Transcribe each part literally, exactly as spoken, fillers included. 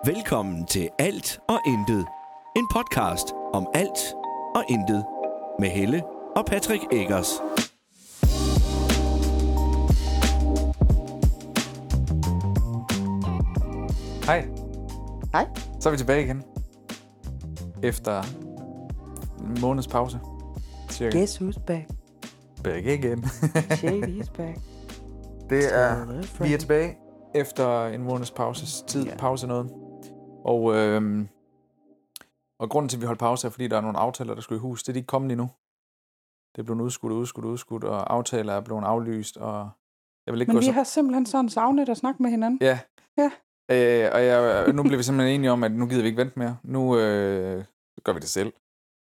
Velkommen til Alt og Intet. En podcast om alt og intet. Med Helle og Patrick Eggers. Hej. Hej. Så er vi tilbage igen. Efter en måneds pause. Cirka. Guess who's back? Back igen. Shady's back. Det er, vi er tilbage efter en måneds pause, tid, Ja. pause noget. Og, øhm, og grunden til, at vi holdt pause, er, fordi der er nogle aftaler, der skulle i hus. Det er de ikke kommet endnu. Det er blevet udskudt, udskudt, udskudt, og aftaler er blevet aflyst, og jeg vil ikke Men gå vi så... har simpelthen sådan savnet at snakke med hinanden. Ja. Ja. Øh, og jeg, nu bliver vi simpelthen enige om, at nu gider vi ikke vente mere. Nu øh, gør vi det selv.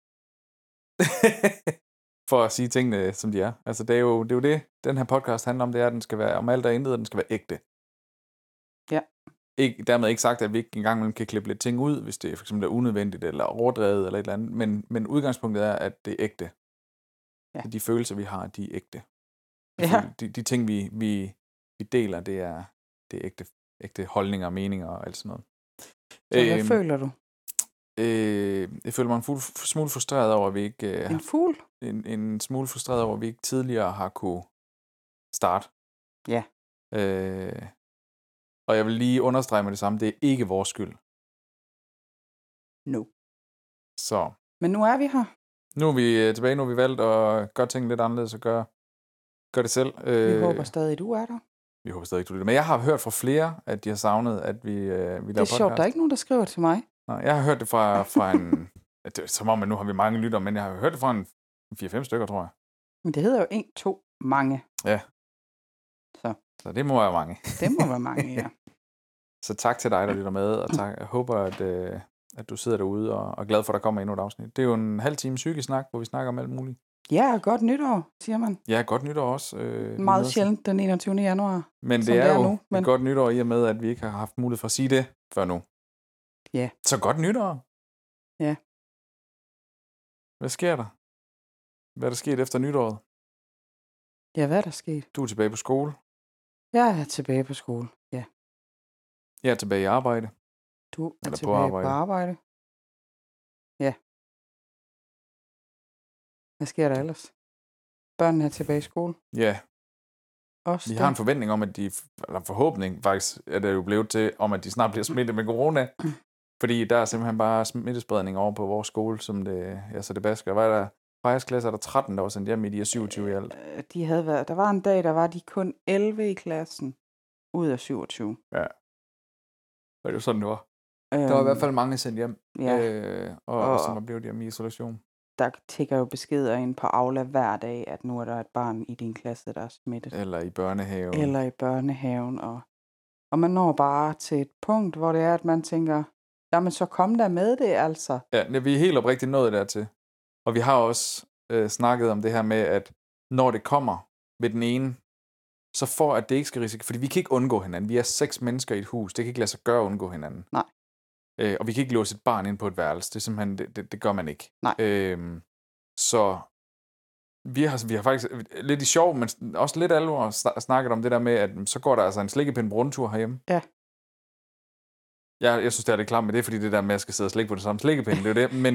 For at sige tingene, som de er. Altså, det er, jo, det er jo det, den her podcast handler om, det er, at den skal være om alt og intet, og den skal være ægte. Ja. Ikke, dermed ikke sagt, at vi ikke engang kan klippe lidt ting ud, hvis det for eksempel er unødvendigt, eller overdrevet, eller et eller andet. Men, men udgangspunktet er, at det er ægte. Ja. De følelser, vi har, de er ægte. Ja. De, de ting, vi, vi, vi deler, det er, det er ægte, ægte holdninger og meninger og alt sådan noget. Så hvad Øhm, føler du? Øh, jeg føler mig en fuld, smule frustreret over, at vi ikke øh, En fugl? en, en smule frustreret over, at vi ikke tidligere har kunne starte. Ja. Øh, og jeg vil lige understrege med det samme, det er ikke vores skyld. No. Så Men nu er vi her. nu er vi øh, tilbage, nu har vi valgt at gøre tingene lidt anderledes og gøre, gøre det selv. Vi Øh, håber stadig, du er der. vi håber stadig, du lytter. Men jeg har hørt fra flere, at de har savnet, at vi, øh, vi laver Det podcast. er sjovt, der er ikke nogen, der skriver til mig. Nej, jeg har hørt det fra, fra en... det er, som om, at nu har vi mange lytter, men jeg har hørt det fra en fire fem stykker, tror jeg. Men det hedder jo en, to, mange. Ja. Så Så det må være mange. det må være mange, ja. Så tak til dig, der lytter med, og tak. Jeg håber, at, øh, at du sidder derude og, og er glad for, at der kommer endnu et afsnit. Det er jo en halv time psykesnak, hvor vi snakker om alt muligt. Ja, godt nytår, siger man. Ja, godt nytår også. Øh, Meget sjældent den enogtyvende januar. Men som det er, det er jo nu, men- et godt nytår i og med, at vi ikke har haft mulighed for at sige det før nu. Ja. Så godt nytår. Ja. Hvad sker der? Hvad er der sket efter nytåret? Ja, hvad er der sket? Du er tilbage på skole. Jeg er tilbage på skole. Ja. Jeg er tilbage i arbejde. Du er Eller på tilbage arbejde. på arbejde. Ja. Hvad sker der ellers? Børnene er tilbage i skole. Ja, Også vi der. har en forventning om, at de, eller forhåbning faktisk, er det jo blevet til, om at de snart bliver smittet med corona. Fordi der er simpelthen bare smittespredning over på vores skole, som det, ja, så det basker. Hvad er der? Fejrsklasse er der tretten, der var sendt hjem i, de er syvogtyve i alt. Øh, De havde været, der var en dag, der var de kun elleve i klassen ud af syvogtyve. Ja. Og det var sådan, det var. Øhm, Der var i hvert fald mange sendt hjem, Ja, øh, og, og, Og- som var blevet hjemme i isolation. der tigger jo beskeder ind på Aula hver dag, at nu er der et barn i din klasse, der er smittet. Eller i børnehaven. Eller i børnehaven. Og, og man når bare til et punkt, hvor det er, at man tænker, jamen så kom der med det altså. Ja, vi er helt oprigtigt nået dertil. Og vi har også øh, snakket om det her med, at når det kommer ved den ene, så for at det ikke skal risikere, fordi vi kan ikke undgå hinanden. Vi er seks mennesker i et hus. Det kan ikke lade sig gøre at undgå hinanden. Nej. Øh, og vi kan ikke låse et barn ind på et værelse. Det er simpelthen, det, det, det gør man ikke. Nej. Øhm, så vi har, vi har faktisk lidt i sjov, men også lidt alvor sn- snakket om det der med, at så går der altså en slikkepind på rundtur herhjemme. Ja. Jeg, jeg synes, det er lidt klart med det, fordi det der med, at jeg skal sidde og slikke på det samme slikkepind, det er jo det. Men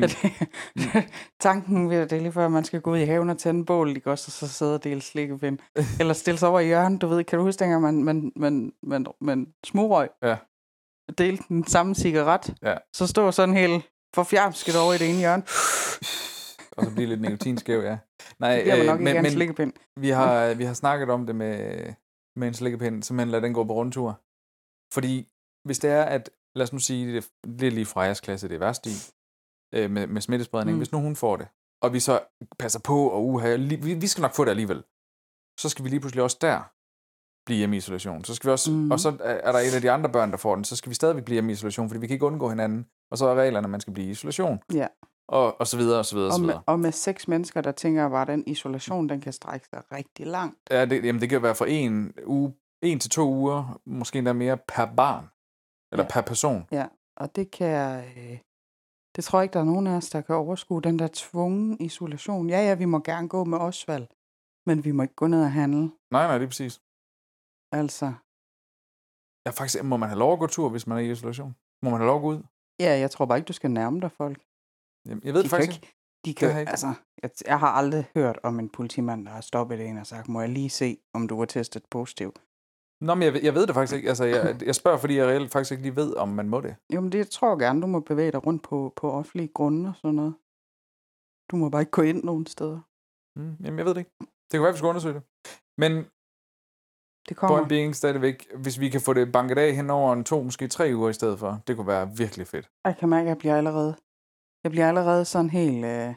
Tanken ved det er lige før, at man skal gå ud i haven og tænde bål, ikke også, og så sidde og dele slikkepind. Eller stille sig over i hjørnet, du ved, kan du huske dengang, man, man, man, man, man smurøg? Ja. Delte den samme cigaret. Ja. Så stod sådan helt forfjamsket over i det ene hjørne. og så bliver lidt nikotinskæv, ja. Nej, Det bliver man nok øh, ikke men, en men slikkepind. vi har, vi har snakket om det med, med en slikkepind, simpelthen lad den gå på rundtur. Fordi hvis det er, at, lad os nu sige, det er lige Frejas klasse, det er værst i, øh, med, med smittespredning, mm. hvis nu hun får det, og vi så passer på, og uha, vi, vi skal nok få det alligevel, så skal vi lige pludselig også der blive hjemme i isolation. Så skal vi også, Mhm. og så er der et af de andre børn, der får den, så skal vi stadigvæk blive hjemme i isolation, fordi vi kan ikke undgå hinanden, og så er reglerne, at man skal blive i isolation. Ja. Og, og så videre, og så videre, og Og så med, videre. og med seks mennesker, der tænker bare, at den isolation, den kan strække sig rigtig langt. Ja, det, jamen det kan jo være fra en uge, en til to uger, måske endda mere per barn, eller Ja. per person. Ja, og det kan... Øh, det tror jeg ikke, der er nogen af os, der kan overskue den der tvungen isolation. Ja, ja, vi må gerne gå med Osvald, men vi må ikke gå ned og handle. Nej, nej, det er præcis. Altså, Ja, faktisk, må man have lov at gå tur, hvis man er i isolation? Må man have lov at gå ud? Ja, jeg tror bare ikke, du skal nærme dig folk. Jamen, jeg ved De det kan faktisk ikke, ikke. de kan, Det har jeg ikke. altså, jeg, jeg har aldrig hørt om en politimand, der har stoppet en og sagt, må jeg lige se, om du er testet positiv. Nå, men jeg, ved- jeg ved det faktisk ikke. Altså, jeg, jeg spørger, fordi jeg reelt faktisk ikke lige ved, om man må det. Jo, men det jeg tror jeg gerne, du må bevæge dig rundt på, på offentlige grunde og sådan noget. Du må bare ikke gå ind nogen steder. Mm, jamen, jeg ved det ikke. Det kan være, vi skal undersøge det. Men Det kommer. point being stadigvæk, hvis vi kan få det banket af hen over en to, måske tre uger i stedet for, det kunne være virkelig fedt. Jeg kan mærke, at jeg bliver allerede, jeg bliver allerede sådan helt, øh,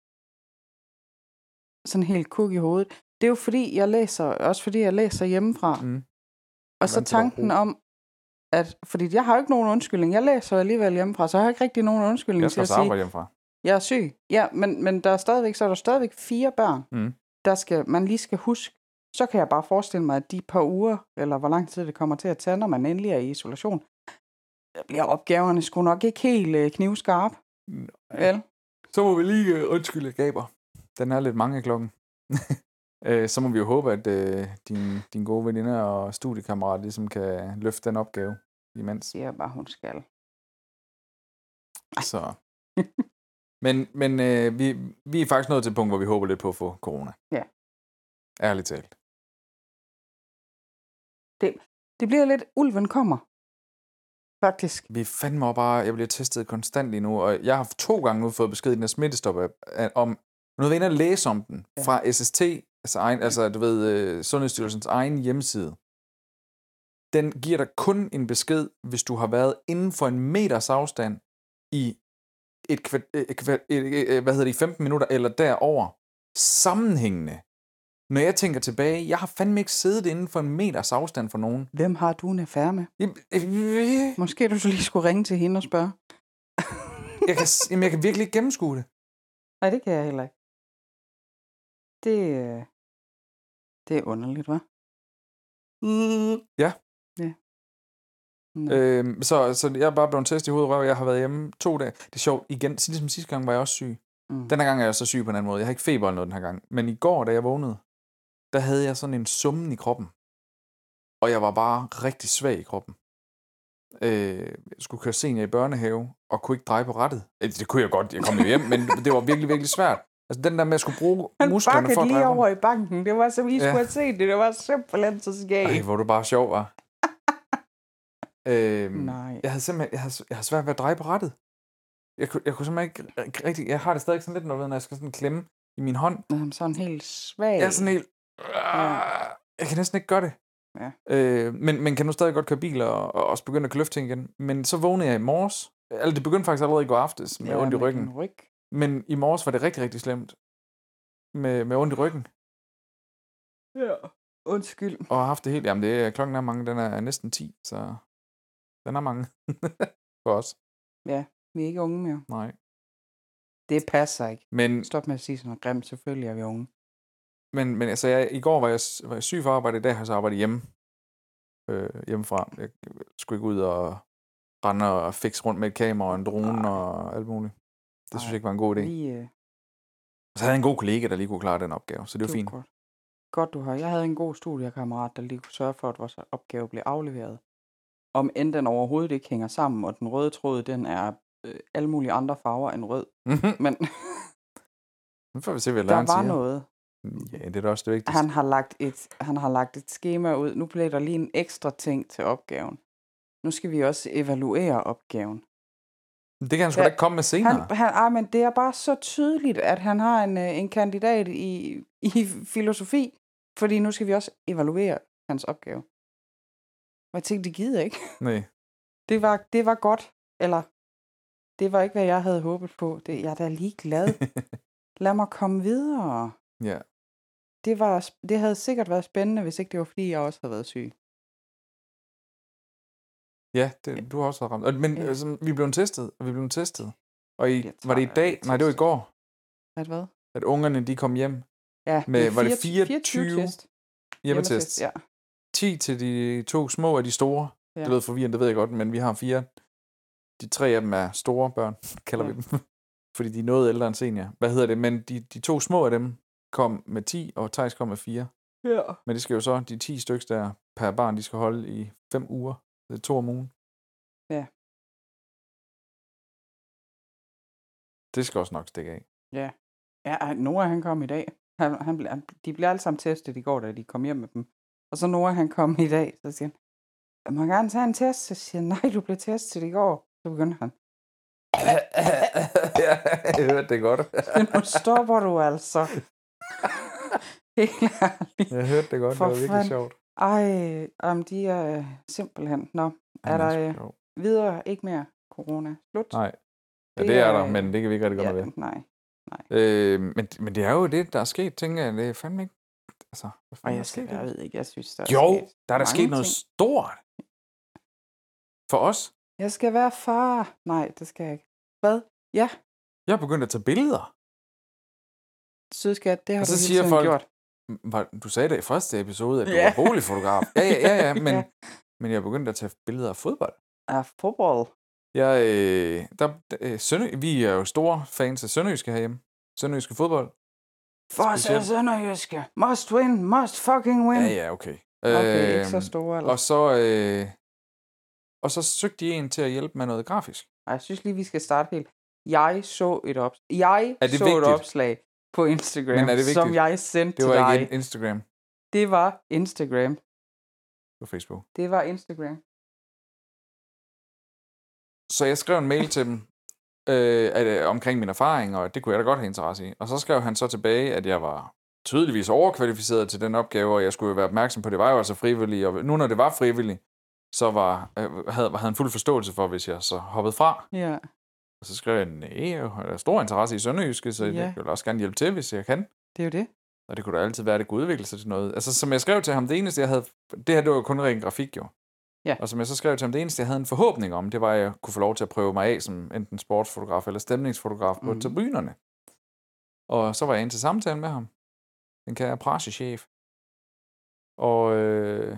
sådan helt kuk i hovedet. Det er jo fordi, jeg læser, også fordi jeg læser hjemmefra. Mm. Og så Vant til at tanken bruge. om, at, fordi jeg har jo ikke nogen undskyldning. Jeg læser jo alligevel hjemmefra, så jeg har ikke rigtig nogen undskyldning Jeg til skal at også sige, arbejde hjemmefra. jeg er syg. Ja, men, men der er stadigvæk, så er der stadigvæk fire børn, Mm. der skal, man lige skal huske. Så kan jeg bare forestille mig, at de par uger, eller hvor lang tid det kommer til at tage, når man endelig er i isolation, der bliver opgaverne sgu nok ikke helt øh, knivskarp. Vel? Så må vi lige uh, undskylde, Gaber. Den er lidt mange klokken. øh, så må vi jo håbe, at øh, din, din gode veninde og studiekammerat ligesom kan løfte den opgave imens. Det er bare, hun skal. Så. Men, men øh, vi, vi er faktisk nået til et punkt, hvor vi håber lidt på at få corona. Ja. Ærligt talt. Det, det bliver lidt, ulven kommer. Faktisk. Vi er fandme også bare, jeg bliver testet konstant lige nu, og jeg har to gange nu fået besked i den her smittestop-app, at om, nu er jeg inde og læse om den, Ja. fra S S T, altså, egen, altså du ved, øh, Sundhedsstyrelsens egen hjemmeside. Den giver dig kun en besked, hvis du har været inden for en meters afstand i et, kva, et, kva, et, et, hvad hedder det, femten minutter eller derover sammenhængende. Når jeg tænker tilbage, jeg har fandme ikke siddet inden for en meters afstand for nogen. Hvem har du en affære med? Jeg, jeg, Måske du så lige skulle ringe til hende og spørge. jeg, kan, jamen, jeg kan virkelig ikke gennemskue det. Nej, det kan jeg heller ikke. Det, øh, det er underligt, hva'? Ja. Ja. Nå. Øhm, så, så jeg er bare blevet testet i hovedet og røv, jeg har været hjemme to dage. Det er sjovt, igen, ligesom sidste gang var jeg også syg. Mm. Den her gang er jeg så syg på en anden måde. Jeg har ikke feber eller noget den her gang. Men i går, da jeg vågnede, der havde jeg sådan en summen i kroppen. Og jeg var bare rigtig svag i kroppen. Øh, jeg skulle køre senior i børnehave, og kunne ikke dreje på rattet. Øh, Det kunne jeg godt, jeg kom jo hjem, men det var virkelig, virkelig svært. Altså den der med at skulle bruge Han musklerne for at bakkede dreje lige rundt. over i banken. Det var som I Ja. skulle have set det. Det var simpelthen så skægt. Ej, hvor er du bare sjov, var. øhm, Nej. Jeg havde simpelthen, jeg havde, jeg havde svært ved at dreje på rattet. Jeg kunne, jeg kunne simpelthen ikke r- rigtig, jeg har det stadig sådan lidt, når, når jeg skal sådan klemme i min hånd. Jamen, sådan helt svag. Jeg er sådan helt, jeg kan næsten ikke gøre det. Ja. Øh, men, men kan nu stadig godt køre bil og, og også begynde at kløfte ting igen. Men så vågnede jeg i morges. Altså, det begyndte faktisk allerede i går aftes med Ja, ondt i med ryggen. din ryg. Men i morges var det rigtig, rigtig slemt. Med, med ondt i ryggen. Ja. Undskyld. Og har haft det helt, jamen det er, klokken er mange, den er næsten ti, så den er mange for os. Ja, vi er ikke unge mere. Nej. Det passer ikke. Men, Stop med at sige sådan noget grimt. Selvfølgelig er vi unge. men, men altså, jeg, i går var jeg, var jeg syg for arbejde, i dag har jeg så arbejdet hjemme. Øh, hjemmefra. Jeg skulle ikke ud og rende og fikse rundt med et kamera og en drone Ej. og alt muligt. Det synes Ej. jeg ikke var en god idé. Vi, øh, Så havde jeg en god kollega, der lige kunne klare den opgave, så det var det fint. Godt. Godt, du har. Jeg havde en god studiekammerat, der lige kunne sørge for, at vores opgave blev afleveret. Om end den overhovedet ikke hænger sammen, og den røde tråd, den er øh, alle mulige andre farver end rød. Men Nu får vi se, hvad der læreren var siger. noget. Ja, det er da også det vigtigste. Han har, lagt et, han har lagt et schema ud. Nu bliver der lige en ekstra ting til opgaven. Nu skal vi også evaluere opgaven. Det kan han sgu da Ja, ikke komme med senere. Han, han, ah, men det er bare så tydeligt, at han har en, øh, en kandidat i, i filosofi, fordi nu skal vi også evaluere hans opgave. Og jeg tænkte, det gider ikke. Nej. Det var, det var godt, eller det var ikke, hvad jeg havde håbet på. Det, jeg er da lige glad. Lad mig komme videre. Ja. Det, var, det havde sikkert været spændende, hvis ikke det var, fordi jeg også havde været syg. Ja, det, du har også været ramt. Og- Men Ja. altså, vi blev testet, og vi blev testet. Og i, Jeg var det i træt af dag? at blive Nej, det var i testet. går, At hvad? at ungerne de kom hjem Ja, med, det er var det fire- fireogtyve test. hjemmetests? Ja. ti til de to små af de store. Ja. Det lød forvirrende, det ved jeg godt, men vi har fire. De tre af dem er store børn, kalder Ja. vi dem. Fordi de er noget ældre end senior. Hvad hedder det? Men de, de to små af dem kom med ti, og Thijs kom med fire. Ja. Men det skal jo så, de ti stykker der per barn, de skal holde i fem uger. Det er to om ugen. Ja. Det skal også nok stikke af. Ja. Ja, Noah han kom i dag. Han, han, ble- han, de blev alle sammen testet i går, da de kom hjem med dem. Og så Noah han kom i dag, så siger han, jeg må gerne tage en test. Så siger han, nej, du blev testet i går. Så begynder han. Ja, jeg hørte det godt. Nu stopper du altså. Helt ærligt. Jeg hørte det godt, For det var virkelig fanden. sjovt. Ej, om de er øh, simpelthen. Nå, er Han der sgu øh, sjov. videre ikke mere corona? Slut? Nej. Ja, Det det er er, der, øh, men det kan vi ikke rigtig gøre Ja, noget ved. nej. Øh, men, men det er jo det, der er sket, tænker jeg. Det er fandme ikke... Altså, hvad Og fanden er jeg, der skal, sket? jeg ved ikke, jeg synes, der er Jo, sket der er der mange sket noget ting. stort. For os. Jeg skal være far. Nej, det skal jeg ikke. Hvad? Ja, Jeg er begyndt at tage billeder. sødskat, det har Og du så hele siger tiden folk, gjort. Var- Du sagde det i første episode, at du Ja. var boligfotograf. Ja, ja, ja, ja, men, Ja. men jeg er begyndt at tage billeder af fodbold. Er fodbold. Jeg, øh, der, øh, Sønderj, vi er jo store fans af Sønderjyske herhjemme. Sønderjyske fodbold. For os er Specielt. Sønderjyske. Must win, must fucking win. Ja, ja, okay. Okay, ikke så Øhm, store. Eller? Og så, øh, og så søgte de en til at hjælpe med noget grafisk. Ej, jeg synes lige, vi skal starte helt. Jeg så et opslag. Jeg Er det så vigtigt? et opslag på Instagram, Men er det som vigtigt? jeg sendte Det til var dig. ikke Instagram Det var Instagram. på Facebook. Det var Instagram. Så jeg skrev en mail til dem øh, at, øh, omkring min erfaring, og det kunne jeg da godt have interesse i. Og så skrev han så tilbage, at jeg var tydeligvis overkvalificeret til den opgave, og jeg skulle jo være opmærksom på, at det var jo altså frivilligt. Og nu når det var frivilligt, så var, øh, havde, havde han fuld forståelse for, hvis jeg så hoppede fra. Ja. Og så skrev jeg, nej, jeg har stor interesse i Sønderjyske, så Ja. jeg vil også gerne hjælpe til, hvis jeg kan. Det er jo det. Og det kunne da altid være, at det kunne udvikle sig til noget. Altså, som jeg skrev til ham, det eneste, jeg havde... Det her, det var jo kun ren grafik, jo. Ja. Og som jeg så skrev til ham, det eneste, jeg havde en forhåbning om, det var, at jeg kunne få lov til at prøve mig af som enten sportsfotograf eller stemningsfotograf på Mhm. tribunerne. Og så var jeg ind til samtale med ham. Den kære pressechef. Og øh,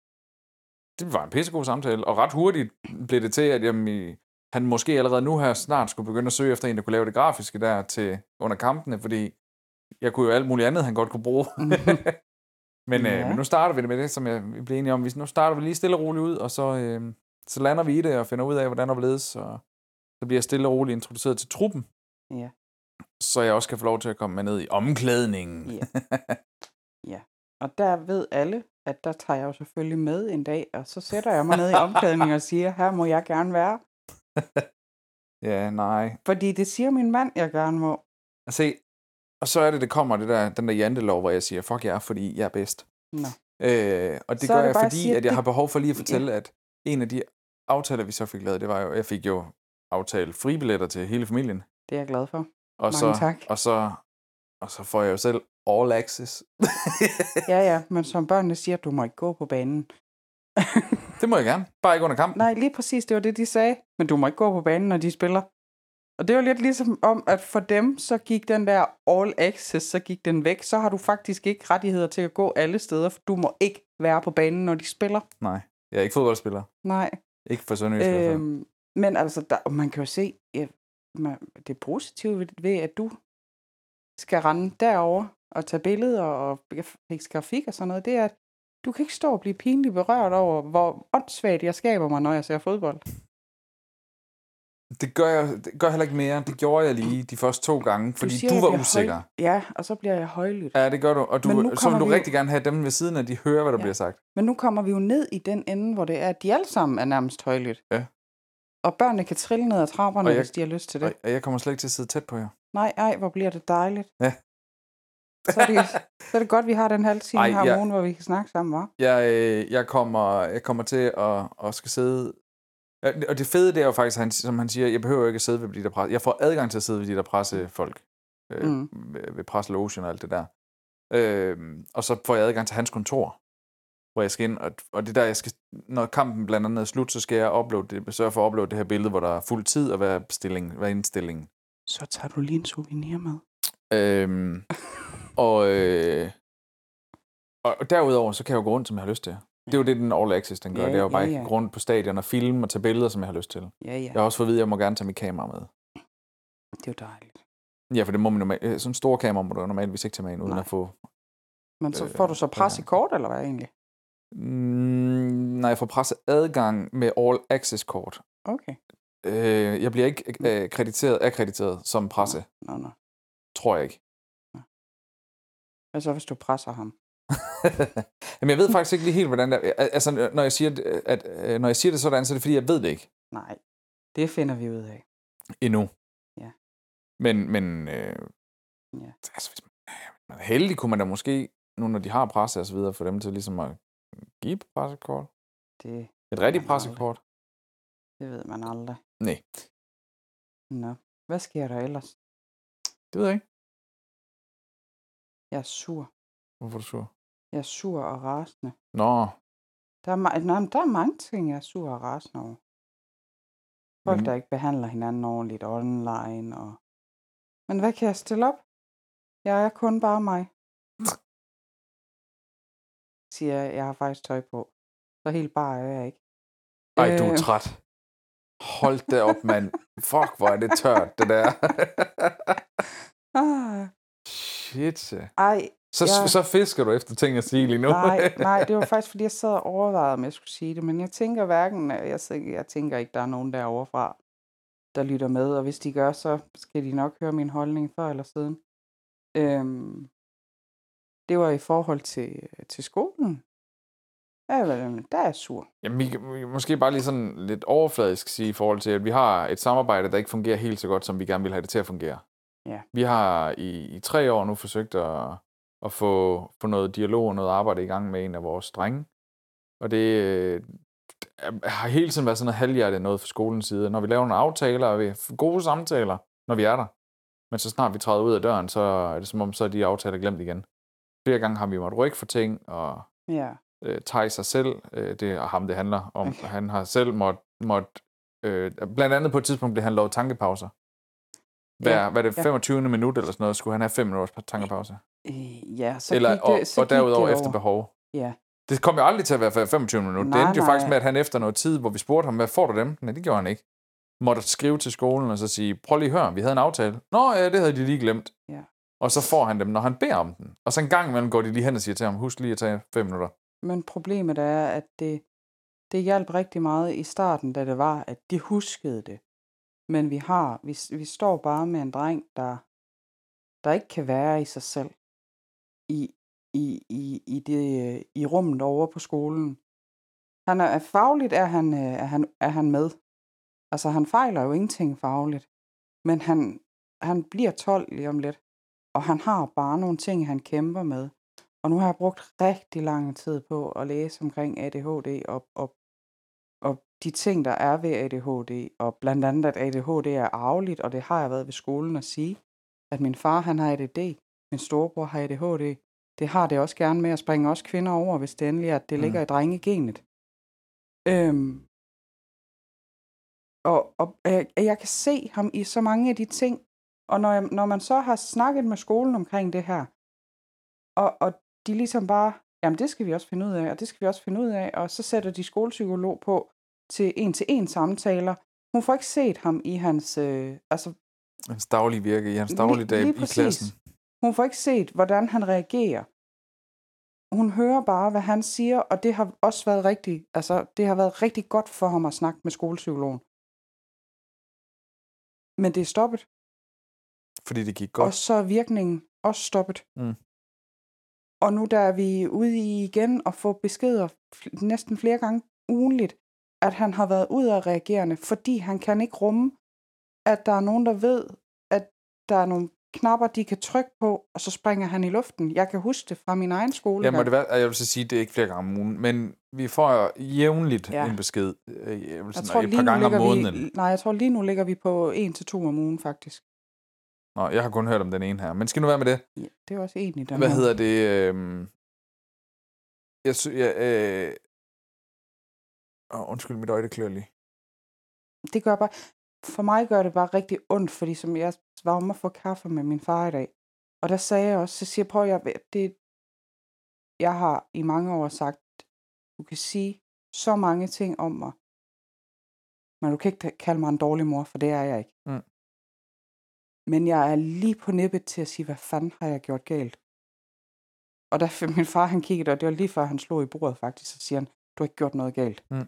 det var en pissegod samtale. Og ret hurtigt blev det til, at jamen, i- han måske allerede nu her snart skulle begynde at søge efter en, der kunne lave det grafiske der til under kampene, fordi jeg kunne jo alt muligt andet, han godt kunne bruge. men, Ja. øh, men nu starter vi det med det, som jeg, vi blev enige om. Vi- Nu starter vi lige stille og roligt ud, og så, øh, så lander vi i det og finder ud af, hvordan og hvorledes. Og så bliver jeg stille og roligt introduceret til truppen, Ja. så jeg også kan få lov til at komme med ned i omklædningen. Ja. Ja. Og der ved alle, at der tager jeg jo selvfølgelig med en dag, og så sætter jeg mig ned i omklædningen og siger, her må jeg gerne være. Ja, nej. Fordi det siger min mand, jeg gerne må. Altså, og så er det, det kommer det der, den der jantelov, hvor jeg siger, fuck jer, fordi jeg er bedst. Nå. Øh, og det Så gør er det jeg, bare at fordi sige, at at jeg det- har behov for lige at fortælle, at en af de aftaler, vi så fik lavet, det var jo, jeg fik jo aftalt fribilletter til hele familien. Det er jeg glad for. Og Mange så, tak. Og så, og så får jeg jo selv all access. Ja, ja, men som børnene siger, du må ikke gå på banen. Det må jeg gerne. Bare ikke under kampen. Nej, lige præcis, det var det, de sagde. Men du må ikke gå på banen, når de spiller. Og det var lidt ligesom om, at for dem, så gik den der all access, så gik den væk. Så har du faktisk ikke rettigheder til at gå alle steder, for du må ikke være på banen, når de spiller. Nej, jeg er ikke fodboldspiller. Nej. Ikke for Sønderjysk i hvert fald. Øhm, men altså, der, og man kan jo se, ja, man, det positive ved, ved, at du skal rende derover og tage billeder og fikse grafik og sådan noget, det er, at du kan ikke stå og blive pinligt berørt over, hvor åndssvagt jeg skaber mig, når jeg ser fodbold. Det gør jeg det gør heller ikke mere. Det gjorde jeg lige de første to gange, fordi siger, du, jeg var bliver usikker. Høj... Ja, og så bliver jeg højlydt. Ja, det gør du. Og Men nu du, så kommer vil du vi jo- rigtig gerne have dem ved siden af, de hører, hvad der Ja. bliver sagt. Men nu kommer vi jo ned i den ende, hvor det er, at de alle sammen er nærmest højlydt. Ja. Og børnene kan trille ned ad trapperne, Og jeg- hvis de har lyst til det. Og, og jeg kommer slet ikke til at sidde tæt på jer. Nej, ej, hvor bliver det dejligt. Ja. Så er det, så er det godt, vi har den halve time Ej, her om jeg- ugen, hvor vi kan snakke sammen, hva'? Jeg, øh, jeg, kommer, jeg kommer til at, at skal sidde... Ja, Og det fede, det er jo faktisk, han, som han siger, jeg behøver jo ikke at sidde ved de der presse. Jeg får adgang til at sidde ved de der pressefolk. Øh, Mm. ved, ved presselogen og alt det der. Øh, og så får jeg adgang til hans kontor, hvor jeg skal ind. Og, og det der, jeg skal, når kampen blandt andet er slut, så skal jeg uploade det, sørge for at uploade det her billede, hvor der er fuld tid og hvad bestilling, hvad indstillingen. Så tager du lige en souvenir med. Øhm, og, øh, og, og derudover, så kan jeg jo gå rundt, som jeg har lyst til. Det er jo det, den All Access, den gør. Ja, det er jo bare ja, ikke ja. gå rundt på stadion og filme og tage billeder, som jeg har lyst til. Ja, ja. Jeg har også fået at vide, at jeg må gerne tage mit kamera med. Det er jo dejligt. Ja, for det må man normalt... øh, Sådan store kamera må du normalvis ikke tage med ind, uden Nej. at få... Men så Øh, får du så pres i ja. kort, eller hvad egentlig? Mm, når jeg får presseadgang med all access kort. Okay. Øh, jeg bliver ikke øh, krediteret, akkrediteret som presse. Nå, nå. Tror jeg ikke. Hvad så, hvis du presser ham? Jamen, jeg ved faktisk ikke lige helt, hvordan det er. Altså, når jeg siger, at, at når jeg siger det sådan, så er det fordi, jeg ved det ikke. Nej, det finder vi ud af. Endnu. Ja. Men, men øh, ja. altså, hvis man er heldig, kunne man da måske, nu når de har presse og så videre, for dem til ligesom at give pressekort. Det Et rigtigt pressekort. Det ved man aldrig. Nej. Nå, hvad sker der ellers? Det ved jeg ikke. Jeg er sur. Hvorfor er du sur? Jeg er sur og rasende. Nå. Der er, ma- nej, der er mange ting, jeg er sur og rasende over. Folk, Men... der ikke behandler hinanden ordentligt online. Og... Men hvad kan jeg stille op? Jeg er kun bare mig. Siger jeg, jeg har faktisk tøj på. Så helt bare er jeg ikke. Ej, du er træt. Hold da op, mand. Fuck, hvor er det tørt, det der. ah. Shit. Ej. Så, jeg... så fisker du efter ting at sige lige nu. nej, nej, det var faktisk, fordi jeg sad og overvejede, om jeg skulle sige det. Men jeg tænker hverken, jeg, jeg tænker ikke, der er nogen derovre fra, der lytter med. Og hvis de gør, så skal de nok høre min holdning før eller siden. Øhm, det var i forhold til, til skolen. Der, der er jeg sur. Jamen, vi kan måske bare lige sådan lidt overfladisk sige i forhold til, at vi har et samarbejde, der ikke fungerer helt så godt, som vi gerne vil have det til at fungere. Ja. Vi har i, i tre år nu forsøgt at, at få, få noget dialog og noget arbejde i gang med en af vores drenge. Og det øh, har hele tiden været sådan noget halvhjertet noget fra skolens side. Når vi laver nogle aftaler, og vi har gode samtaler, når vi er der. Men så snart vi træder ud af døren, så er det som om, så er de aftaler glemt igen. Flere gange har vi måttet rykke for ting, og ja. øh, tage sig selv. Øh, det er ham, det handler om. Okay. Han har selv måttet... Måtte, øh, blandt andet på et tidspunkt blev han lovet tankepauser. Hver, ja, hvad er det, femogtyvende Ja. minut eller sådan noget, skulle han have fem minutters tankepause. Øh, ja, så eller, gik det, så og, og derudover det efter behov. Ja. Det kom jo aldrig til at være femogtyve minutter. Det endte jo faktisk med, at han efter noget tid, hvor vi spurgte ham, hvad får du dem? Nej, det gjorde han ikke. Måtte skrive til skolen og så sige, prøv lige at høre, vi havde en aftale. Nå ja, det havde de lige glemt. Ja. Og så får han dem, når han beder om den. Og så en gang imellem går de lige hen og siger til ham, husk lige at tage fem minutter. Men problemet er, at det, det hjalp rigtig meget i starten, da det var, at de huskede det. Men vi har, vi, vi står bare med en dreng, der, der ikke kan være i sig selv. I, i, i, i, det, i rummet over på skolen. Han er, fagligt er han, er, han, er han med. Altså han fejler jo ingenting fagligt. Men han, han bliver tolv lige om lidt. Og han har bare nogle ting, han kæmper med. Og nu har jeg brugt rigtig lang tid på at læse omkring A D H D og, og, og de ting, der er ved A D H D. Og blandt andet, at A D H D er arveligt, og det har jeg været ved skolen at sige. At min far, han har A D D. Min storebror har A D H D. Det har det også gerne med at springe også kvinder over, hvis det endelig er, at det mm. ligger i drengegenet. Øhm, og og jeg, jeg kan se ham i så mange af de ting. Og når, jeg, når man så har snakket med skolen omkring det her, og, og de ligesom bare, jamen det skal vi også finde ud af, og det skal vi også finde ud af, og så sætter de skolepsykolog på til en-til-en samtaler. Hun får ikke set ham i hans, øh, altså... Hans daglige virke, i hans daglige dag i klassen. Hun får ikke set, hvordan han reagerer. Hun hører bare, hvad han siger, og det har også været rigtig, altså det har været rigtig godt for ham at snakke med skolepsykologen. Men det er stoppet. Fordi det gik godt. Og så er virkningen også stoppet. Mm. Og nu der er vi ude i igen og få beskeder næsten flere gange ugenligt, at han har været udadreagerende, fordi han kan ikke rumme, at der er nogen, der ved, at der er nogle knapper, de kan trykke på, og så springer han i luften. Jeg kan huske det fra min egen skole. Ja, må det være, jeg vil så sige, det er ikke flere gange om ugen, men vi får jævnligt ja. en besked. Jeg vil sådan, jeg tror, et par gange om måneden. Vi, nej, jeg tror lige nu ligger vi på en til to om ugen, faktisk. Nå, jeg har kun hørt om den ene her. Men skal nu være med det? Ja, det er også egentlig den. Hvad hedder det? Øh... Jeg synes, jeg... Øh... Oh, undskyld, mit øje, det klør lige. Det gør bare... For mig gør det bare rigtig ondt, fordi som jeg var om at få kaffe med min far i dag, og der sagde jeg også, så siger jeg, prøv, jeg, det, jeg har i mange år sagt, du kan sige så mange ting om mig, men du kan ikke kalde mig en dårlig mor, for det er jeg ikke. Mm. Men jeg er lige på nippet til at sige, hvad fanden har jeg gjort galt? Og da min far, han kiggede, og det var lige før, han slog i bordet faktisk, så siger han, du har ikke gjort noget galt. Mm.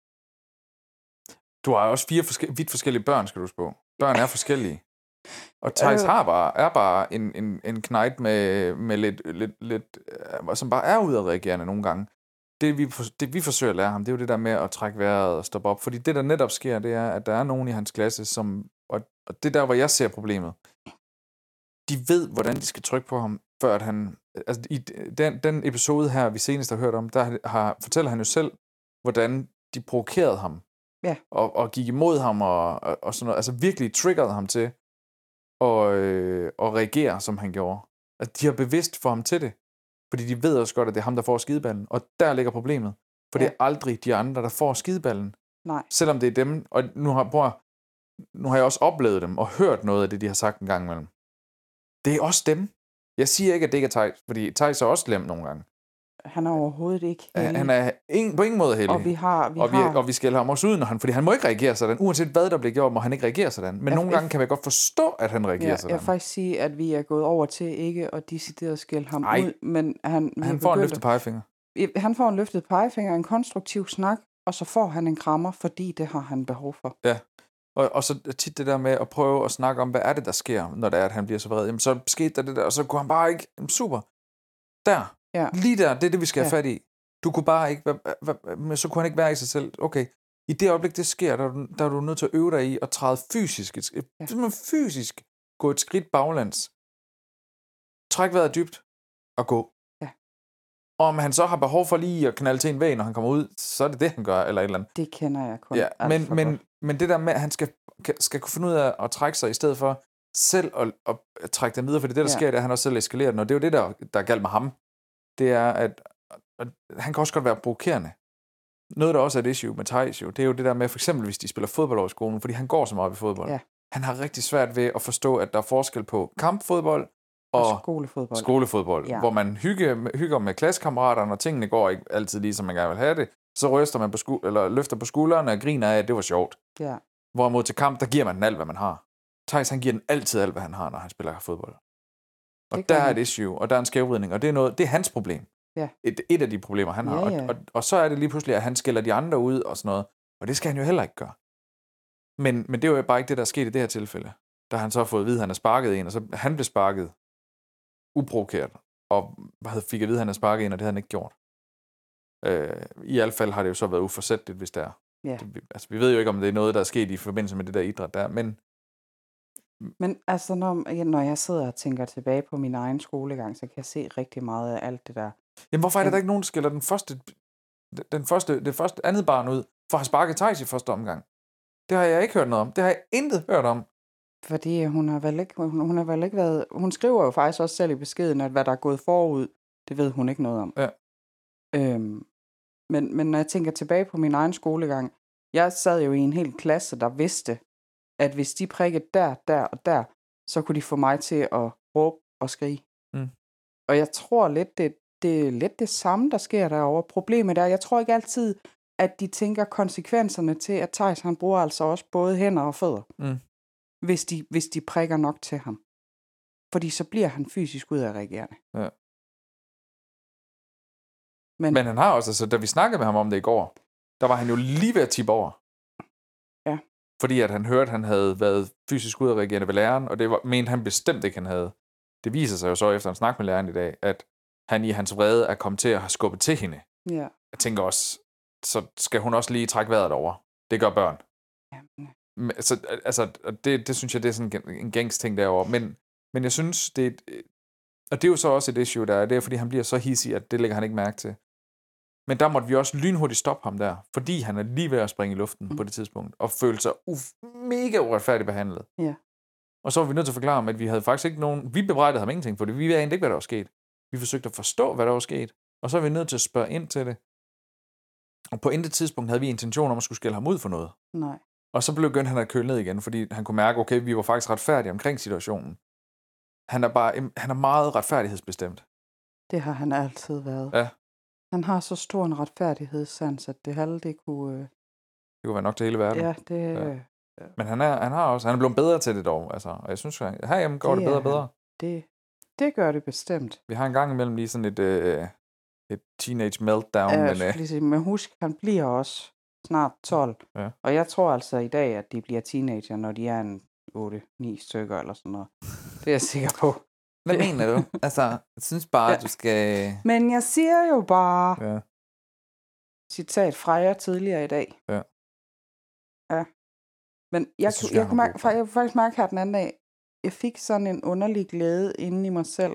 Du har også fire forske- vidt forskellige børn, skal du huske på. Børn er forskellige. Og Theis har bare, er bare en, en, en knejt med, med lidt, lidt, lidt, øh, som bare er udadreagerende nogle gange. Det vi, det, vi forsøger at lære ham, det er jo det der med at trække vejret og stoppe op. Fordi det, der netop sker, det er, at der er nogen i hans klasse, som, og, og det er der, hvor jeg ser problemet. De ved, hvordan de skal trykke på ham, før at han... Altså, i den, den episode her, vi senest har hørt om, der har, fortæller han jo selv, hvordan de provokerede ham. Ja. Og, og gik imod ham, og, og, og sådan noget. Altså virkelig triggerede ham til at, øh, at reagere, som han gjorde. Altså, de har bevidst for ham til det. Fordi de ved også godt, at det er ham, der får skideballen. Og der ligger problemet. For ja. Det er aldrig de andre, der får skideballen. Nej. Selvom det er dem. Og nu har, bror, nu har jeg også oplevet dem, og hørt noget af det, de har sagt en gang imellem. Det er også dem. Jeg siger ikke, at det ikke er Theis, fordi Theis er også slem nogle gange. Han er overhovedet ikke heldig. Han er ingen, på ingen måde heldig. Og vi har... Vi og, vi, har... og vi skælder ham også ud, når han, fordi han må ikke reagere sådan. Uanset hvad der bliver gjort, må han ikke reagere sådan. Men jeg, nogle gange kan man godt forstå, at han reagerer ja, sådan. Jeg vil faktisk sige, at vi er gået over til ikke at decideret skælde ham Ej. ud, men han... Han får en løftet pegefinger. Han får en løftet pegefinger, en konstruktiv snak, og så får han en krammer, fordi det har han behov for. Ja. Og, og så tit det der med at prøve at snakke om, hvad er det, der sker, når det er, at han bliver så vred. Jamen, så skete der det der, og så kunne han bare ikke... Jamen, super. Der. Ja. Lige der, det er det, vi skal have ja. fat i. Du kunne bare ikke... Hva, hva, men så kunne han ikke være i sig selv. Okay, i det øjeblik, det sker, der er du, der er du nødt til at øve dig i at træde fysisk. Et, ja. Fysisk gå et skridt baglands. Træk vejret dybt og gå. Ja. Og om han så har behov for lige at knalde til en væg, når han kommer ud, så er det det, han gør, eller et eller andet. Det kender jeg kun. Ja, men, men, men det der med, at han skal, skal kunne finde ud af at trække sig, i stedet for selv at, at trække den videre, for det der, der ja. sker, det er, at han også selv eskalerer den, og det er jo det, der, der er galt med ham. Det er, at, at han kan også godt være provokerende. Noget, der også er et issue med Theis, jo, det er jo det der med, for eksempel, hvis de spiller fodbold over skolen, fordi han går så meget ved fodbold. Ja. Han har rigtig svært ved at forstå, at der er forskel på kampfodbold og, og skolefodbold, skolefodbold ja. Hvor man hygge, hygger med klassekammeraterne, og tingene går ikke altid lige, som man gerne vil have det. Så ryster man på sku- eller løfter på skuldrene og griner af, at det var sjovt. Ja. Hvorimod til kamp, der giver man den alt, hvad man har. Theis, han giver den altid alt, hvad han har, når han spiller fodbold. Og der er et issue, og der er en skævvridning, og det er, noget, det er hans problem. Ja. Et, et af de problemer, han har. Ja, ja. Og, og, og så er det lige pludselig, at han skælder de andre ud og sådan noget. Og det skal han jo heller ikke gøre. Men, men det er jo bare ikke det, der er sket i det her tilfælde. Da han så har fået at vide, at han er sparket en, og så han blev sparket uprovokeret. Og fik at vide, at han er sparket en, og det havde han ikke gjort. Øh, I hvert fald har det jo så været uforsætteligt, hvis det er. Ja. Det, altså, vi ved jo ikke, om det er noget, der er sket i forbindelse med det der idræt der, men... Men altså, når, når jeg sidder og tænker tilbage på min egen skolegang, så kan jeg se rigtig meget af alt det der. Jamen, hvorfor er det, der ikke nogen, der skiller den første, den første, det første andet barn ud, for at have sparket Theis i første omgang? Det har jeg ikke hørt noget om. Det har jeg intet hørt om. Fordi hun har vel ikke, hun, hun har vel ikke været... Hun skriver jo faktisk også selv i beskeden, at hvad der er gået forud, det ved hun ikke noget om. Ja. Øhm, men, men når jeg tænker tilbage på min egen skolegang, jeg sad jo i en hel klasse, der vidste, at hvis de prikkede der, der og der, så kunne de få mig til at råbe og skrige. Mm. Og jeg tror lidt, det, det er lidt det samme, der sker derovre. Problemet er, jeg tror ikke altid, at de tænker konsekvenserne til, at Theis, han bruger altså også både hænder og fødder. Mm. Hvis de, hvis de prikker nok til ham. Fordi så bliver han fysisk ud af reagerende. Ja. Men, Men han har også, altså, da vi snakkede med ham om det i går, der var han jo lige ved at tippe over. Ja. Fordi at han hørte, at han havde været fysisk ud af reagerende ved læreren, og det var, mente han bestemt ikke, han havde. Det viser sig jo så, efter en snak med læreren i dag, at han i hans vrede er kommet til at have skubbet til hende. Ja. Jeg tænker også, så skal hun også lige trække vejret over. Det gør børn. Ja. Så, altså, det, det synes jeg, det er sådan en gængs ting derovre. Men, men jeg synes, det er et, og det er jo så også et issue, der er, det er, fordi han bliver så hissig, at det lægger han ikke mærke til. Men der måtte vi også lynhurtigt stoppe ham der, fordi han er lige ved at springe i luften mm. på det tidspunkt, og følte sig uf- mega uretfærdigt behandlet. Ja. Og så var vi nødt til at forklare ham, at vi havde faktisk ikke nogen, vi bebrejdede ham ingenting, for det. Vi ved egentlig ikke, hvad der var sket. Vi forsøgte at forstå, hvad der var sket, og så var vi nødt til at spørge ind til det. Og på intet tidspunkt havde vi intention om at skulle skælde ham ud for noget. Nej. Og så begyndte han at køle ned igen, fordi han kunne mærke, okay, vi var faktisk retfærdige omkring situationen. Han er bare, han er meget retfærdighedsbestemt. Det har han altid været. Ja. Han har så stor en retfærdighedssans, at det halve, det kunne... Øh... Det kunne være nok til hele verden. Ja, det... Ja. Men han er, han har også, han er blevet bedre til det dog, altså. Og jeg synes, at herhjemme går det, det bedre og bedre. Det, Det gør det bestemt. Vi har en gang imellem lige sådan et, øh, et teenage meltdown. Ja, men, jeg øh, skulle lige sige, men husk, han bliver også snart tolv. Ja. Og jeg tror altså i dag, at de bliver teenager, når de er en otte ni stykker eller sådan noget. Det er jeg sikker på. Hvad mener du? Altså, jeg synes bare, Ja. at du skal... Men jeg siger jo bare, Ja. citat fra jer tidligere i dag. Ja. Ja. Men jeg, synes kunne, jeg, jeg, han kunne har mærke, brug for. jeg kunne faktisk mærke her den anden dag, jeg fik sådan en underlig glæde inde i mig selv.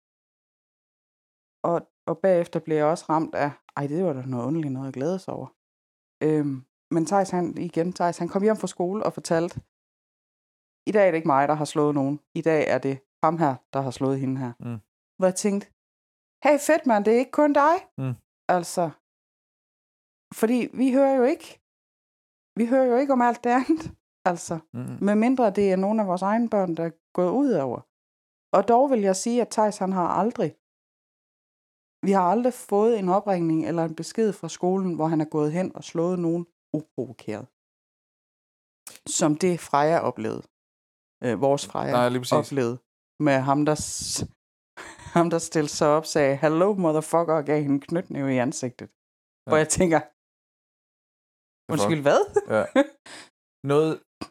Og, og bagefter blev jeg også ramt af, ej, det var da noget underligt noget at glæde sig over. Øhm, men Theis, han, igen, Theis, han kom hjem fra skole og fortalte, i dag er det ikke mig, der har slået nogen. I dag er det ham her, der har slået hende her. Mm. Hvor jeg tænkte, hey fedt mand, det er ikke kun dig. Mm. Altså, fordi vi hører jo ikke, vi hører jo ikke om alt det andet. Altså, Mm. med mindre det er nogle af vores egne børn, der er gået ud over. Og dog vil jeg sige, at Theis, han har aldrig, vi har aldrig fået en opringning eller en besked fra skolen, hvor han er gået hen og slået nogen uprovokeret. Som det Freja oplevede. Øh, vores Freja Nej, lige præcis. oplevede. Med ham, der, s- ham, der stillede sig op og sagde, hello motherfucker, og gav hende en knytnæve i ansigtet. Ja. Hvor jeg tænker, undskyld, hvad? Ja. Noget...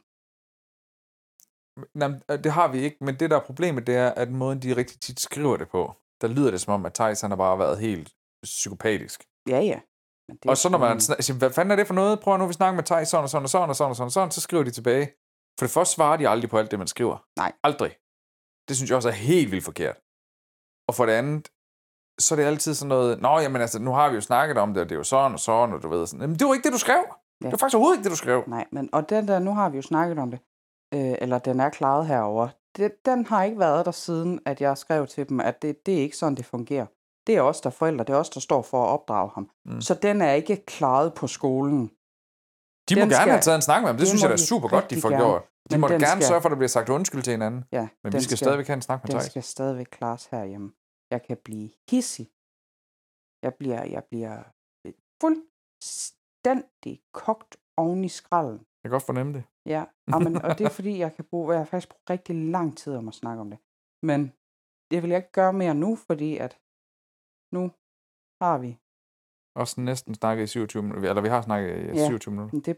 Nej, det har vi ikke, men det der er problemet, det er, at måden, de rigtig tit skriver det på, der lyder det som om, at Theis, han har bare været helt psykopatisk. Ja, ja. Men det Og så når man sådan- siger, hvad fanden er det for noget? Prøv nu, vi snakker med Theis, sådan og sådan og sådan og sådan og sådan, og sådan, så skriver de tilbage. For det første svarer de aldrig på alt det, man skriver. Nej. Aldrig. Det synes jeg også er helt vildt forkert. Og for det andet, så er det altid sådan noget, nå, jamen altså, nu har vi jo snakket om det, og det er jo sådan og sådan, og du ved sådan, jamen, det var ikke det, du skrev. Ja. Det var faktisk overhovedet ikke det, du skrev. Nej, men og den der, nu har vi jo snakket om det, øh, eller den er klaret herover. Det, den har ikke været der siden, at jeg skrev til dem, at det, det er ikke sådan, det fungerer. Det er os, der er forældre, det er os, der står for at opdrage ham. Mm. Så den er ikke klaret på skolen. De må Den gerne skal- have taget en snak med ham. Det, det synes må jeg, der er de super godt, de rigtig får gerne. gjort. De Men må da den gerne skal- sørge for, at der bliver sagt undskyld til hinanden. Ja, Men den vi skal stadigvæk have en snak med Den Theis. skal stadigvæk klares herhjemme. Jeg kan blive hissig. Jeg bliver, jeg bliver øh, fuldstændig kogt oven i skralden. Jeg kan godt fornemme det. Ja, amen, og det er fordi, jeg kan bruge, jeg har faktisk brugt rigtig lang tid om at snakke om det. Men det vil jeg ikke gøre mere nu, fordi at nu har vi. Også næsten snakket i syvogtyve minutter. Eller vi har snakket i Ja. syvogtyve minutter. Det,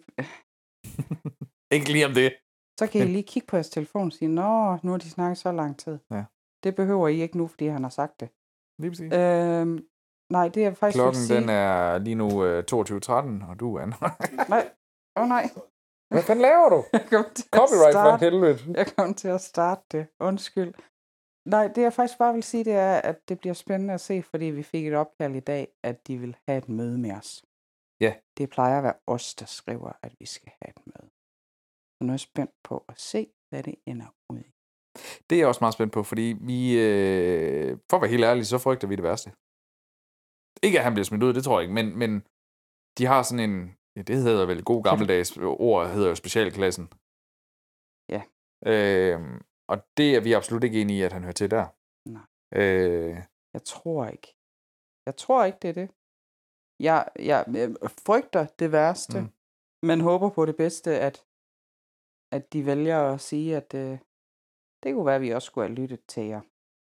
Ikke lige om det. så kan I lige kigge på jeres telefon og sige, nå, nu har de snakket så lang tid. Ja. Det behøver I ikke nu, fordi han har sagt det. Lige præcis. Øhm, nej, det er faktisk Klokken vil sige... den er lige nu øh, toogtyve tretten, og du er... Nej, åh oh, nej. Hvad fanden laver du? Jeg kom til Copyright at for starte. helvede. Jeg kom til at starte det. Undskyld. Nej, det jeg faktisk bare vil sige, det er, at det bliver spændende at se, fordi vi fik et opkald i dag, at de vil have et møde med os. Ja. Det plejer at være os, der skriver, at vi skal have et møde. Så nu er jeg spændt på at se, hvad det ender ud i. Det er jeg også meget spændt på, fordi vi... Øh, for at være helt ærlig, så frygter vi det værste. Ikke at han bliver smidt ud, det tror jeg ikke, men, men de har sådan en... Ja, det hedder vel god gammeldags ord, hedder jo specialklassen. Ja. Øh, og det er vi absolut ikke enige i, at han hører til der. Nej. Øh, Jeg tror ikke. Jeg tror ikke, det er det. Jeg, jeg, jeg frygter det værste, Mm. mm. men håber på det bedste, at, at de vælger at sige, at øh, det kunne være, at vi også skulle have lyttet til jer.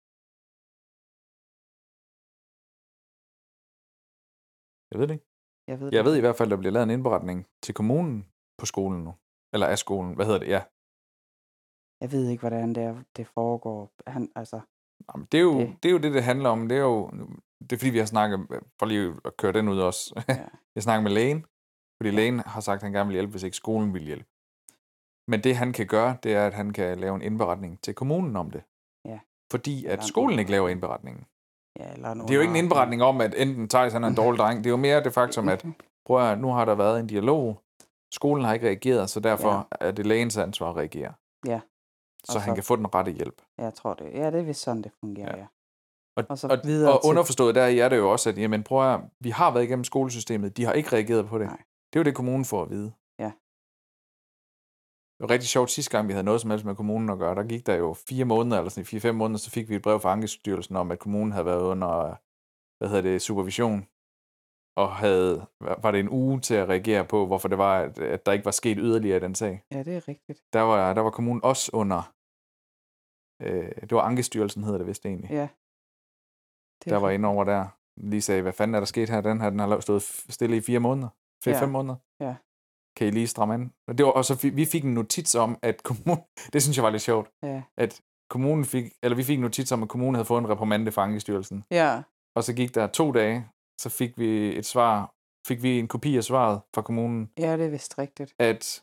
jeg ved det ikke. Jeg ved, Jeg det ved i hvert fald, der bliver lavet en indberetning til kommunen på skolen nu. Eller af skolen. Hvad hedder det? Ja. Jeg ved ikke, hvordan det, er, det foregår. Han, altså, Jamen, det, er jo, Det. det. det er jo det, det handler om. Det er jo... Det er fordi, vi har snakket... For lige at køre den ud også. ja. Jeg snakker med lægen. Fordi lægen har sagt, at han gerne vil hjælpe, hvis ikke skolen vil hjælpe. Men det, han kan gøre, det er, at han kan lave en indberetning til kommunen om det. Ja. Fordi at Eller en skolen ikke laver indberetning. indberetningen. Ja, eller Det er jo ikke en indberetning om, at enten Theis han er en dårlig dreng. Det er jo mere det faktum, at prøv at, nu har der været en dialog. Skolen har ikke reageret, så derfor ja. er det lægens ansvar at reagere. Ja. Så Og han så- kan få den rette hjælp. Jeg tror det. Ja, det er vist sådan, det fungerer, Ja. ja. Og, Og så og, videre og til- underforstået der er det jo også, at jamen, prøv at, vi har været igennem skolesystemet. De har ikke reageret på det. Nej. Det er jo det, kommunen får at vide. Ja. Det var rigtig sjovt sidste gang, vi havde noget som helst med kommunen at gøre. Der gik der jo fire måneder, eller sådan fire-fem måneder, så fik vi et brev fra Ankestyrelsen om, at kommunen havde været under, hvad hedder det, supervision. Og havde, var det en uge til at reagere på, hvorfor det var, at, at der ikke var sket yderligere i den sag. Ja, det er rigtigt. Der var, der var kommunen også under Øh, det var Ankestyrelsen, hedder det vist egentlig. Ja. Det Der var inde over der. Lige sagde, hvad fanden er der sket her? Den her, den har stået stille i fire måneder. Fire, Ja. fem måneder. Ja. Kan I lige stramme an? Og, det var, og så fik, vi fik en notits om, at kommunen... Det synes jeg var lidt sjovt. Ja. At kommunen fik... Eller vi fik en notits om, at kommunen havde fået en reprimande fra Ankestyrelsen. Ja. Og så gik der to dage, så fik vi et svar... Fik vi en kopi af svaret fra kommunen. Ja, det er vist rigtigt. At...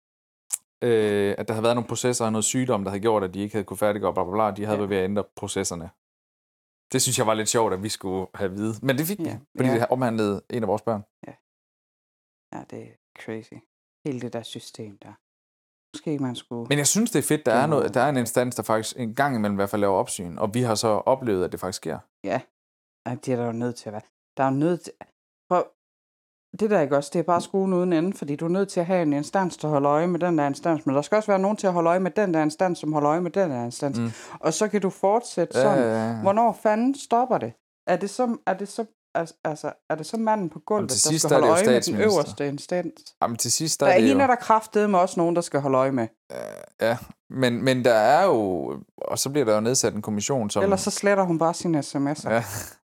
Øh, at der havde været nogle processer og noget sygdom, der havde gjort, at de ikke havde kunne færdiggøre, bla, bla, bla. De havde ja. ved at ændre processerne. Det synes jeg var lidt sjovt, at vi skulle have at vide. Men det fik vi, ja. fordi ja. det omhandlede en af vores børn. Ja. Ja, det er crazy. Hele det der system der. Måske man skulle... Men jeg synes, det er fedt, der er, noget, der er en instans, der faktisk en gang imellem i hvert fald laver opsyn. Og vi har så oplevet, at det faktisk sker. Ja. Ja, det er der jo nødt til at være. Der er jo nødt til... Prøv... Det der ikke også, det er bare skruen uden ende, fordi du er nødt til at have en instans, der holder øje med den der instans, men der skal også være nogen til at holde øje med den der instans, som holder øje med den der instans. Mm. Og så kan du fortsætte sådan. Ja, ja, ja. Hvornår fanden stopper det? Er det så, er det så, altså, er det så manden på gulvet, der skal holde øje med den øverste instans? Jamen til sidst der der er, er det hende, jo... der kraftede med også nogen, der skal holde øje med. Uh, ja, men, men der er jo... Og så bliver der jo nedsat en kommission, som... Ellers så sletter hun bare sine sms'er. Ja.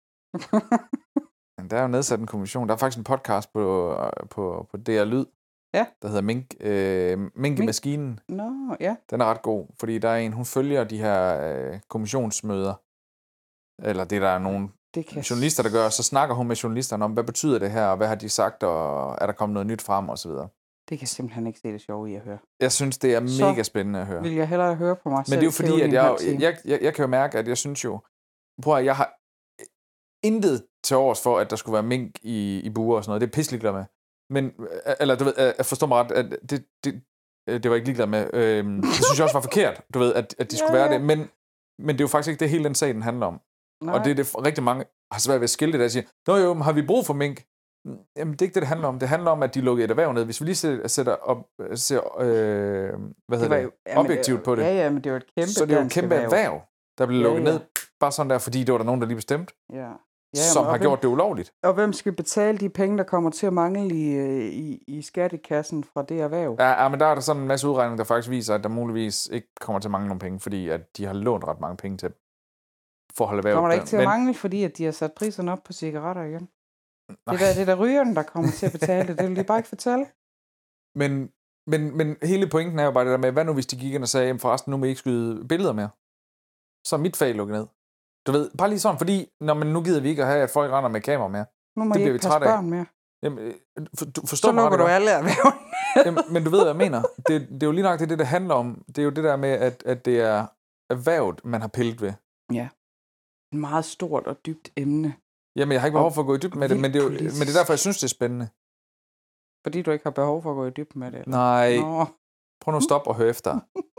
Der er jo nedsat en kommission. Der er faktisk en podcast på, på, på D R Lyd, ja. der hedder Mink, øh, Mink i Maskinen. No, ja. Den er ret god, fordi der er en, hun følger de her øh, kommissionsmøder, eller det der er nogle kan... journalister, der gør, så snakker hun med journalisterne om, hvad betyder det her, og hvad har de sagt, og er der kommet noget nyt frem, og så videre. Det kan simpelthen ikke se det sjove i at høre. Jeg synes, det er så mega spændende at høre. Vil jeg hellere høre på mig Men selv. Men det er jo fordi, at jeg, jeg, jeg, jeg, jeg kan jo mærke, at jeg synes jo, prøv at jeg har intet til års for, at der skulle være mink i, i buer og sådan noget. Det er pisse ligeglad med. Men, eller du ved, jeg forstår mig ret, at det, det, det var ikke ligeglad med. Øhm, det synes jeg også var forkert, du ved, at, at de skulle ja, ja. være det. Men, men det er jo faktisk ikke det, hele den sag, den handler om. Nej. Og det er det rigtig mange har svært ved at skille det, der siger, nå jo, har vi brug for mink? Jamen, det er ikke det, det handler om. Det handler om, at de lukkede et erhverv ned. Hvis vi lige sætter op, ser, øh, hvad hedder det, jo, objektivt jamen, på det, ja, ja, men det er jo et kæmpe så det er jo et kæmpe erhverv, erhverv der blev lukket ja, ja. ned, bare sådan der, fordi det var der nogen, der lige bestemte. Ja. Ja, som har hvem, gjort det ulovligt. Og hvem skal betale de penge, der kommer til at mangle i, i, i skattekassen fra det erhverv? Ja, ja, men der er der sådan en masse udregning, der faktisk viser, at der muligvis ikke kommer til at mangle nogle penge, fordi at de har lånt ret mange penge til for at holde erhvervet. Kommer der ikke til at men... mangle, fordi at de har sat priserne op på cigaretter igen? Nej. Det er det der rygerne, der kommer til at betale det. Det vil de bare ikke fortælle. Men, men, men hele pointen er jo bare det der med, hvad nu hvis de gik ind og sagde, forresten, nu må I ikke skyde billeder mere? Så er mit fag lukket ned. Du ved, bare lige sådan, fordi når man nu gider vi ikke at have, at folk render med kamera mere. Nu må det I ikke passe børn mere. Jamen, for, du forstår så lukker du alle erhverv. Jamen, men du ved, hvad jeg mener. Det, det er jo lige nok det, det, det handler om. Det er jo det der med, at, at det er erhvervet, man har pillet ved. Ja. Et meget stort og dybt emne. Jamen, jeg har ikke behov for at gå i dybden med det, men det, er jo, men det er derfor, jeg synes, det er spændende. Fordi du ikke har behov for at gå i dybden med det? Eller? Nej. Nå. Prøv nu at stoppe og høre efter.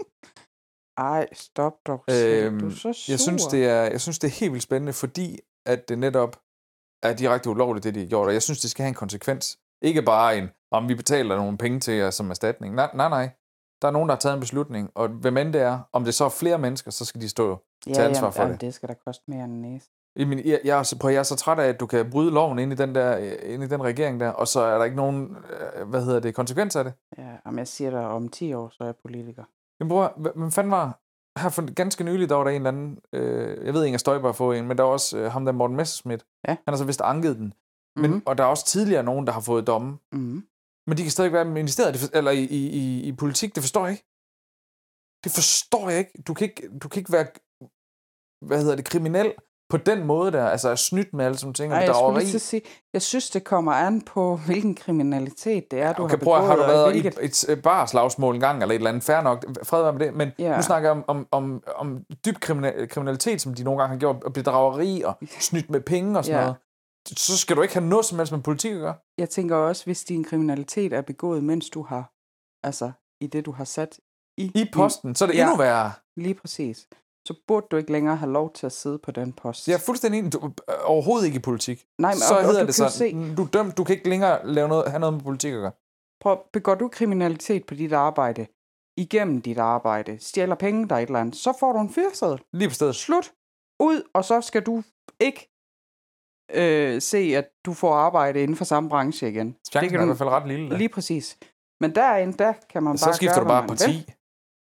Ej, stop dog. Øhm, du er så sur. Jeg synes, det er, jeg synes, det er helt vildt spændende, fordi at det netop er direkte ulovligt, det de har gjort, og jeg synes, det skal have en konsekvens. Ikke bare en, om vi betaler nogle penge til jer som erstatning. Nej, nej, nej. Der er nogen, der har taget en beslutning, og hvem end det er, om det så er flere mennesker, så skal de stå ja, til ansvar jamen, for jamen, det. det skal da koste mere end en næse. Jamen, jeg, jeg, er så, prøv, jeg er så træt af, at du kan bryde loven ind i den, der, ind i den regering der, og så er der ikke nogen, hvad hedder det, konsekvens af det. Ja, om jeg siger dig, om ti år, så er jeg politiker. Jamen bror, hvem fanden var... Her for ganske nylig, der var der en eller anden, øh, jeg ved ikke, Inger Støjberg har fået en, men der er også øh, ham der Morten Messerschmidt. Ja. Han har så vist anket den. Men, mm-hmm. Og der er også tidligere nogen, der har fået domme. Mm-hmm. Men de kan stadig være i ministeriet, eller i, i, i, i politik, det forstår jeg ikke. Det forstår jeg ikke. Du kan ikke, du kan ikke være, hvad hedder det, kriminel på den måde der, altså snydt med alle sådan ting. Ej, jeg skulle lige til at sige, jeg synes, det kommer an på, hvilken kriminalitet det er, du okay, har begået. Prøv, har du været hvilket... i et, et barslagsmål en gang, eller et eller andet, fair nok, fred være med det, men yeah. nu snakker jeg om, om, om, om dyb kriminalitet, som de nogle gange har gjort, og bedrageri og snydt med penge og sådan yeah. noget. Så skal du ikke have noget som helst med politik at gøre. Jeg tænker også, hvis din kriminalitet er begået, mens du har, altså i det, du har sat i... I posten, så er det ja, endnu værre. Lige præcis. Så burde du ikke længere have lov til at sidde på den post. Jeg er fuldstændig enig. Du, overhovedet ikke i politik. Nej, men så og, hedder og det sådan, du er dømt, du kan ikke længere lave noget, have noget med politik at gøre. Prøv, begår du kriminalitet på dit arbejde, igennem dit arbejde, stjæler penge, der er et eller andet, så får du en fyreseddel. Lige på stedet. Slut. Ud, og så skal du ikke øh, se, at du får arbejde inden for samme branche igen. Chancen er i hvert fald ret lille. Da. Lige præcis. Men derinde, der kan man så bare skifter gøre, du bare parti. vil.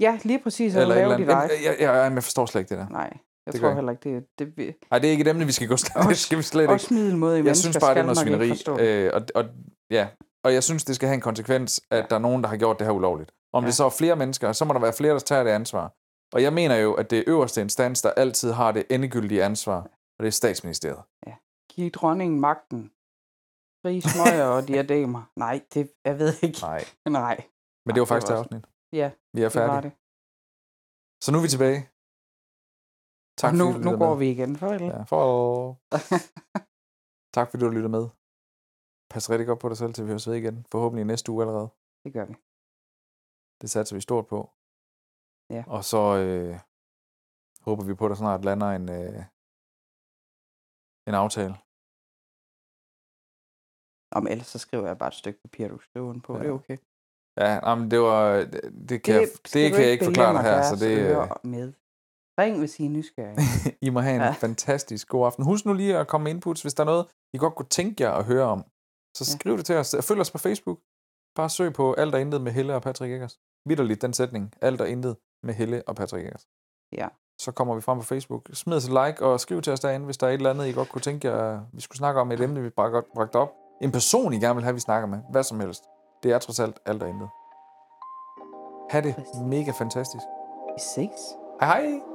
Ja, lige præcis. Eller Eller et lave eller dit andet. eget. Jeg, jeg, jeg, jeg forstår slet ikke det der. Nej, jeg Det tror gør heller ikke, det... det vi... Nej, det er ikke et emne, vi skal gå slet, det skal vi slet ikke. Også middelmådige Jeg mennesker synes bare, det er skal noget nok ikke svineri. forstå. Øh, og, og, ja. og jeg synes, det skal have en konsekvens, at Ja. der er nogen, der har gjort det her ulovligt. Om Ja. det så er flere mennesker, så må der være flere, der tager det ansvar. Og jeg mener jo, at det er øverste instans, der altid har det endegyldige ansvar. Og det er statsministeriet. Ja. Giv dronningen magten. Fri smøger og diademer. Nej, det... Jeg ved ikke. Nej. Nej. Men det var faktisk det det var afsnit. Ja, Vi er det var færdige. det. Så nu er vi tilbage. Tak, Og nu, fordi du nu lyttede går med. vi igen. Farvel. Ja, for... Tak fordi du har lyttet med. Pas rigtig godt på dig selv, til vi høres ved igen. Forhåbentlig i næste uge allerede. Det gør vi. Det satser vi stort på. Ja. Og så øh, håber vi på, at der snart lander en, øh, en aftale. Om ellers så skriver jeg bare et stykke papir, du skriver den på. Ja. Det er okay. Ja, jamen, det var... Det, det kan, det, jeg, skal det du kan jeg ikke forklare dig belemre her, så deres det... øh, ører med. Ring, hvis I er nysgerrige. I må have en Ja. fantastisk god aften. Husk nu lige at komme med inputs, hvis der er noget, I godt kunne tænke jer at høre om. Så Ja. skriv det til os. Følg os på Facebook. Bare søg på Alt og Intet med Helle og Patrick Eggers. Vitterligt den sætning. Alt og Intet med Helle og Patrick Eggers. Ja. Så kommer vi frem på Facebook. Smid os et like og skriv til os derinde, hvis der er et eller andet, I godt kunne tænke jer, vi skulle snakke om et emne, vi bare godt bragte op. En person, I gerne vil have, vi snakker med. Hvad som helst. Det er trods alt Alt og Intet. Ha' det Præcis. mega fantastisk. Vi ses. Hej hej!